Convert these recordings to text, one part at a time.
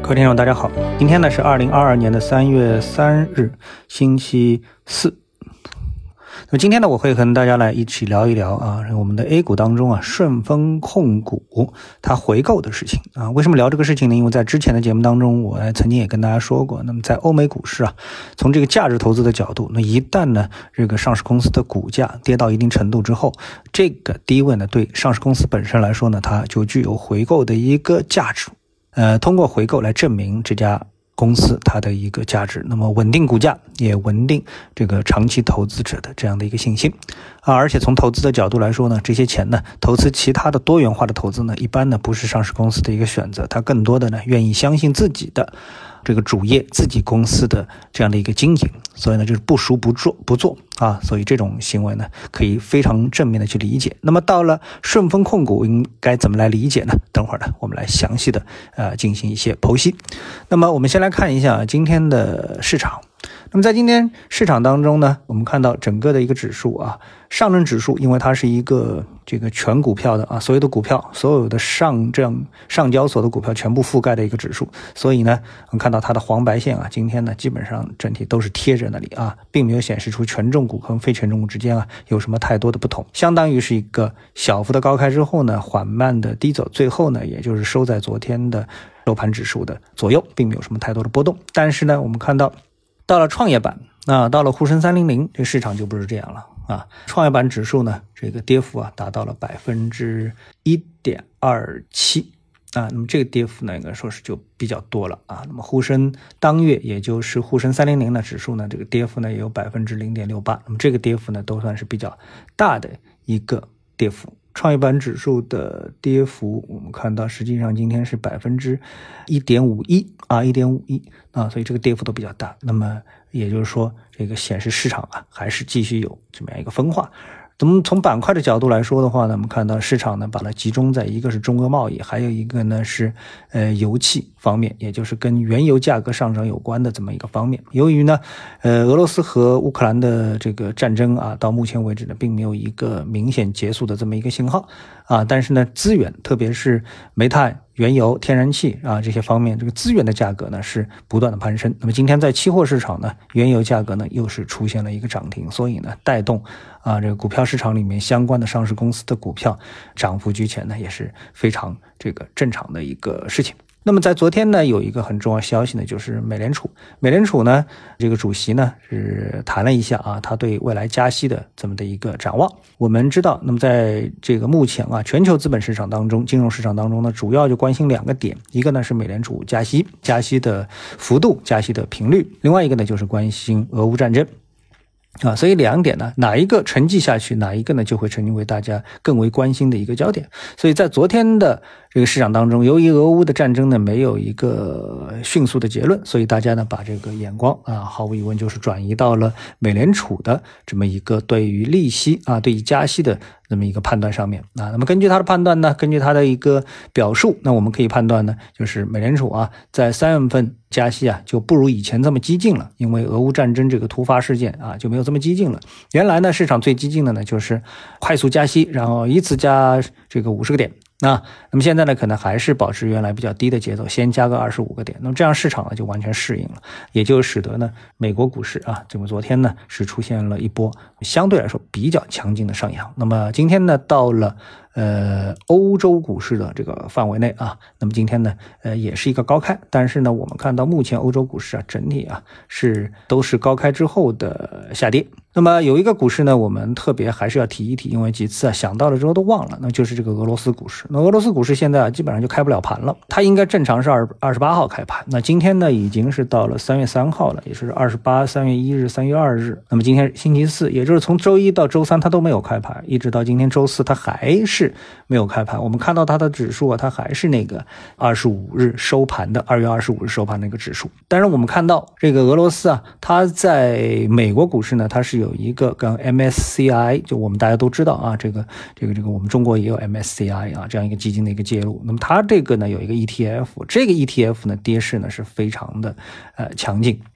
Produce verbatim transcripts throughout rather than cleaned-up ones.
各位听众大家好，今天呢是二零二二年的三月三日星期四。那么今天呢我会跟大家来一起聊一聊啊我们的 A 股当中啊顺丰控股它回购的事情啊。为什么聊这个事情呢？因为在之前的节目当中我曾经也跟大家说过，那么在欧美股市啊，从这个价值投资的角度，那一旦呢这个上市公司的股价跌到一定程度之后，这个低位呢对上市公司本身来说呢，它就具有回购的一个价值。呃，通过回购来证明这家公司它的一个价值，那么稳定股价，也稳定这个长期投资者的这样的一个信心啊。而且从投资的角度来说呢，这些钱呢投资其他的多元化的投资呢，一般呢不是上市公司的一个选择，它更多的呢愿意相信自己的这个主业，自己公司的这样的一个经营，所以呢就是不熟不做不做啊，所以这种行为呢可以非常正面的去理解。那么到了顺丰控股应该怎么来理解呢？等会儿呢我们来详细的呃进行一些剖析。那么我们先来看一下今天的市场。那么在今天市场当中呢，我们看到整个的一个指数啊，上证指数因为它是一个这个全股票的啊，所有的股票，所有的上证上交所的股票全部覆盖的一个指数，所以呢我们看到它的黄白线啊，今天呢基本上整体都是贴着那里啊，并没有显示出权重股和非权重股之间啊有什么太多的不同，相当于是一个小幅的高开之后呢缓慢的低走，最后呢也就是收在昨天的收盘指数的左右，并没有什么太多的波动。但是呢我们看到到了创业板啊，到了沪深三零零，这市场就不是这样了啊。创业板指数呢，这个跌幅啊达到了百分之一点二七啊，那么这个跌幅呢，应该说是就比较多了啊。那么沪深当月，也就是沪深三零零的指数呢，这个跌幅呢也有百分之零点六八，那么这个跌幅呢都算是比较大的一个跌幅。创业板指数的跌幅我们看到实际上今天是百分之一点五一啊，一点五一啊，所以这个跌幅都比较大。那么也就是说，这个显示市场啊还是继续有这么样一个分化。咱们从板块的角度来说的话呢，我们看到市场呢把它集中在一个是中俄贸易，还有一个呢是呃油气方面，也就是跟原油价格上涨有关的这么一个方面。由于呢呃俄罗斯和乌克兰的这个战争啊到目前为止呢并没有一个明显结束的这么一个信号啊，但是呢资源特别是煤炭、原油、天然气啊这些方面，这个资源的价格呢是不断的攀升。那么今天在期货市场呢，原油价格呢又是出现了一个涨停，所以呢带动啊这个股票市场里面相关的上市公司的股票涨幅居前呢，也是非常这个正常的一个事情。那么在昨天呢有一个很重要消息呢，就是美联储美联储呢这个主席呢是谈了一下啊他对未来加息的这么的一个展望。我们知道，那么在这个目前啊全球资本市场当中，金融市场当中呢主要就关心两个点，一个呢是美联储加息加息的幅度、加息的频率，另外一个呢就是关心俄乌战争啊，所以两点呢，哪一个沉寂下去，哪一个呢就会成为大家更为关心的一个焦点。所以在昨天的这个市场当中，由于俄乌的战争呢没有一个迅速的结论，所以大家呢把这个眼光啊，毫无疑问就是转移到了美联储的这么一个对于利息啊、对于加息的这么一个判断上面啊。那么根据他的判断呢，根据他的一个表述，那我们可以判断呢，就是美联储啊在三月份加息啊就不如以前这么激进了，因为俄乌战争这个突发事件啊就没有这么激进了。原来呢市场最激进的呢就是快速加息，然后一次加这个五十个点。那那么现在呢可能还是保持原来比较低的节奏，先加个二十五个点，那么这样市场呢就完全适应了，也就使得呢美国股市啊这么昨天呢是出现了一波相对来说比较强劲的上扬。那么今天呢到了呃欧洲股市的这个范围内啊，那么今天呢呃也是一个高开，但是呢我们看到目前欧洲股市啊整体啊是都是高开之后的下跌。那么有一个股市呢我们特别还是要提一提，因为几次啊想到了之后都忘了，那就是这个俄罗斯股市。那俄罗斯股市现在啊基本上就开不了盘了，它应该正常是二十八号开盘，那今天呢已经是到了三月三号了，也就是二十八、三月一日、三月二日。那么今天星期四，也就是从周一到周三它都没有开盘，一直到今天周四它还是没有开盘。我们看到它的指数啊，它还是那个二十五日收盘的二月二十五日收盘那个指数。但是我们看到这个俄罗斯啊，它在美国股市呢，它是有一个跟 M S C I， 就我们大家都知道啊，这个这个这个我们中国也有 M S C I 啊这样一个基金的一个介入。那么它这个呢有一个 E T F， 这个 E T F 呢跌势呢是非常的呃强劲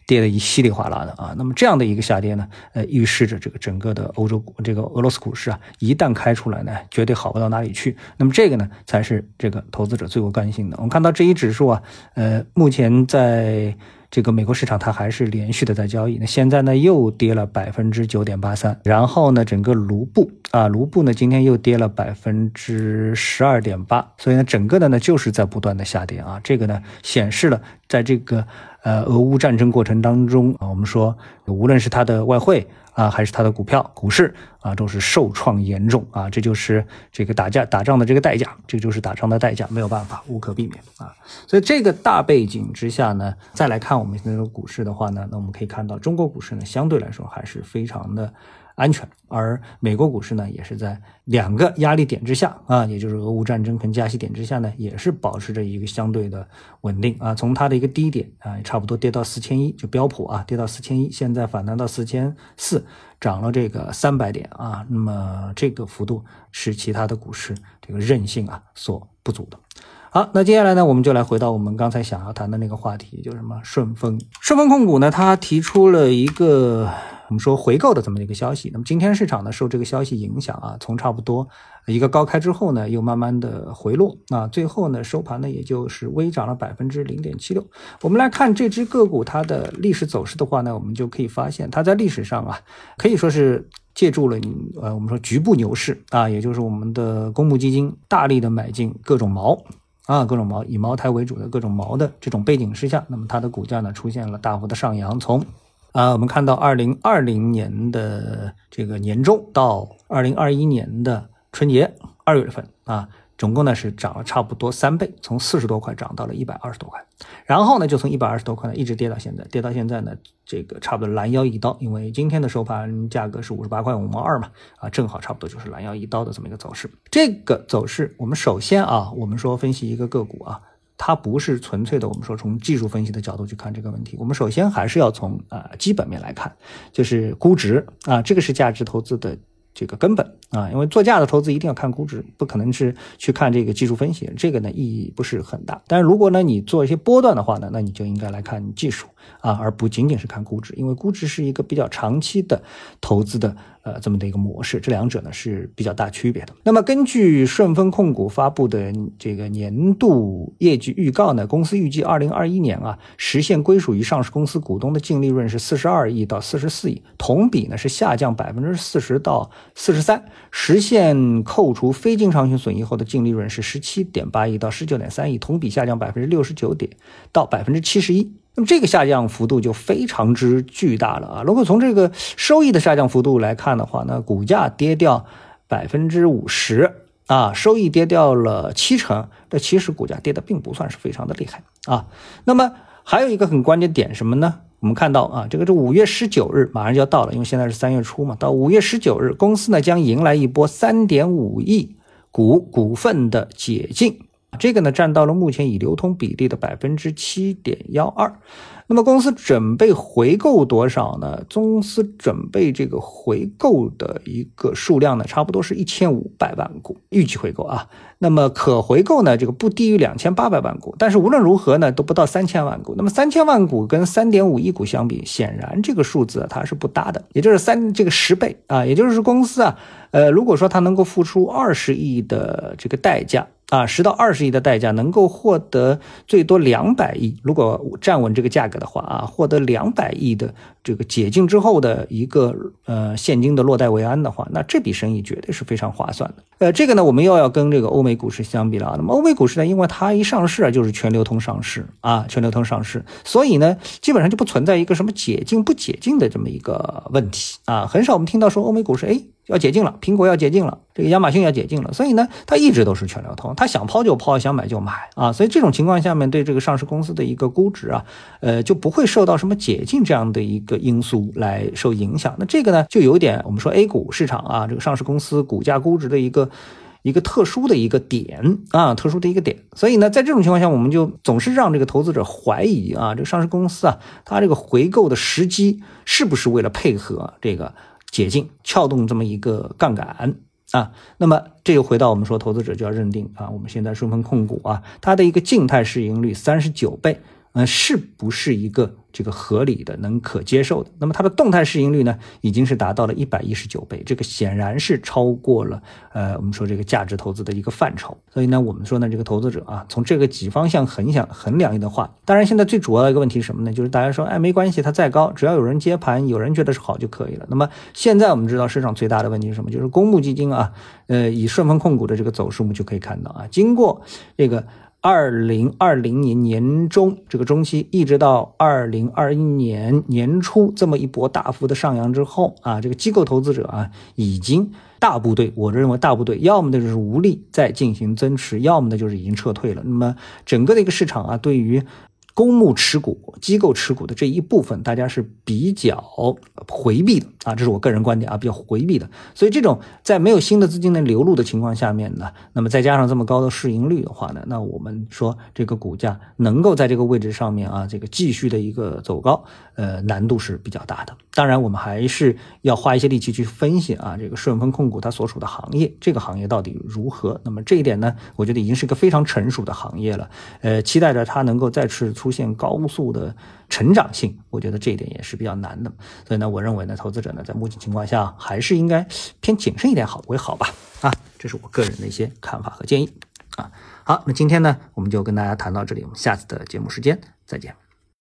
跌得一稀里哗啦的啊。那么这样的一个下跌呢，呃，预示着这个整个的欧洲这个俄罗斯股市啊，一旦开出来呢，绝对好不到哪里去。那么这个呢，才是这个投资者最有关心的。我们看到这一指数啊，呃，目前在这个美国市场它还是连续的在交易，那现在呢又跌了百分之九点八三，然后呢整个卢布啊，卢布呢今天又跌了百分之十二点八，所以呢整个的呢就是在不断的下跌啊，这个呢显示了在这个呃俄乌战争过程当中啊，我们说无论是它的外汇啊，还是它的股票股市啊，都是受创严重啊，这就是这个打架打仗的这个代价，这就是打仗的代价，没有办法，无可避免啊。所以这个大背景之下呢，再来看我们现在的股市的话呢，那我们可以看到中国股市呢相对来说还是非常的安全，而美国股市呢也是在两个压力点之下啊，也就是俄乌战争跟加息点之下呢，也是保持着一个相对的稳定啊。从它的一个低点啊，差不多跌到四千一，就标普啊跌到四千一，现在反弹到四千四，涨了这个三百点啊。那么这个幅度是其他的股市这个韧性啊所不足的。好，那接下来呢，我们就来回到我们刚才想要谈的那个话题，就是什么顺丰。顺丰控股呢，它提出了一个我们说回购的这么一个消息。那么今天市场呢受这个消息影响啊，从差不多一个高开之后呢，又慢慢的回落。那最后呢收盘呢，也就是微涨了百分之零点七六。我们来看这只个股它的历史走势的话呢，我们就可以发现它在历史上啊，可以说是借助了呃我们说局部牛市啊，也就是我们的公募基金大力的买进各种毛。啊，各种毛以茅台为主的各种毛的这种背景之下，那么它的股价呢出现了大幅的上扬，从啊我们看到二零二零年的这个年中到二零二一年的春节二月份啊，总共呢是涨了差不多三倍，从四十多块涨到了一百二十多块，然后呢就从一百二十多块呢一直跌到现在，跌到现在呢这个差不多拦腰一刀，因为今天的收盘价格是五十八块五毛二嘛，啊正好差不多就是拦腰一刀的这么一个走势。这个走势我们首先啊，我们说分析一个个股啊，它不是纯粹的我们说从技术分析的角度去看这个问题，我们首先还是要从啊、呃、基本面来看，就是估值啊，这个是价值投资的这个根本啊，因为做价值投资一定要看估值，不可能是去看这个技术分析，这个呢意义不是很大。但是如果呢你做一些波段的话呢，那你就应该来看技术啊，而不仅仅是看估值，因为估值是一个比较长期的投资的呃这么的一个模式，这两者呢是比较大区别的。那么根据顺丰控股发布的这个年度业绩预告呢，公司预计二零二一年啊实现归属于上市公司股东的净利润是四十二亿到四十四亿，同比呢是下降百分之四十到四十三，实现扣除非经常性损益后的净利润是十七点八亿到十九点三亿，同比下降百分之六十九点到百分之七十一。那么这个下降幅度就非常之巨大了啊！如果从这个收益的下降幅度来看的话呢，股价跌掉百分之五十啊，收益跌掉了七成，这其实股价跌的并不算是非常的厉害啊。那么还有一个很关键点什么呢？我们看到啊，这个这五月十九日马上就要到了，因为现在是三月初嘛，到五月十九日，公司呢将迎来一波 三点五亿股股份的解禁。这个呢占到了目前已流通比例的 百分之七点一二。 那么公司准备回购多少呢？公司准备这个回购的一个数量呢差不多是一千五百万股，预计回购啊。那么可回购呢这个不低于两千八百万股，但是无论如何呢都不到三千万股。那么三千万股跟 三点五亿股相比，显然这个数字、啊、它是不搭的，也就是三这个十倍啊，也就是公司啊呃如果说它能够付出二十亿的这个代价啊，十到二十亿的代价能够获得最多两百亿，如果站稳这个价格的话啊，获得两百亿的这个解禁之后的一个呃现金的落袋为安的话，那这笔生意绝对是非常划算的。呃，这个呢我们又要跟这个欧美股市相比了。那么欧美股市呢，因为它一上市啊就是全流通上市啊，全流通上市，所以呢基本上就不存在一个什么解禁不解禁的这么一个问题啊，很少我们听到说欧美股市哎要解禁了，苹果要解禁了，这个亚马逊要解禁了，所以呢它一直都是全流通，它想抛就抛，想买就买啊，所以这种情况下面对这个上市公司的一个估值啊呃就不会受到什么解禁这样的一个因素来受影响。那这个呢就有点我们说 A 股市场啊，这个上市公司股价估值的一个一个特殊的一个点啊，特殊的一个点。所以呢在这种情况下，我们就总是让这个投资者怀疑啊，这个上市公司啊它这个回购的时机是不是为了配合这个解禁撬动这么一个杠杆啊。那么这又回到我们说投资者就要认定啊，我们现在顺丰控股啊它的一个静态市盈率三十九倍呃，是不是一个这个合理的、能可接受的？那么它的动态市盈率呢，已经是达到了一百一十九倍，这个显然是超过了呃我们说这个价值投资的一个范畴。所以呢，我们说呢，这个投资者啊，从这个几方向衡想衡量的话，当然现在最主要的一个问题是什么呢？就是大家说，哎，没关系，它再高，只要有人接盘，有人觉得是好就可以了。那么现在我们知道市场最大的问题是什么？就是公募基金啊，呃，以顺丰控股的这个走势，我们就可以看到啊，经过这个二零二零年年中这个中期，一直到二零二一年年初这么一波大幅的上扬之后啊，这个机构投资者啊，已经大部队，我认为大部队要么的就是无力再进行增持，要么的就是已经撤退了。那么整个的一个市场啊，对于公募持股、机构持股的这一部分，大家是比较回避的啊，这是我个人观点啊，比较回避的。所以这种在没有新的资金的流入的情况下面呢，那么再加上这么高的市盈率的话呢，那我们说这个股价能够在这个位置上面啊，这个继续的一个走高，呃，难度是比较大的。当然，我们还是要花一些力气去分析啊，这个顺丰控股它所属的行业，这个行业到底如何？那么这一点呢，我觉得已经是一个非常成熟的行业了，呃，期待着它能够再次出现高速的成长性，我觉得这一点也是比较难的。所以呢，我认为呢，投资者呢，在目前情况下还是应该偏谨慎一点好为好吧。啊，这是我个人的一些看法和建议啊。好，那今天呢，我们就跟大家谈到这里，我们下次的节目时间再见。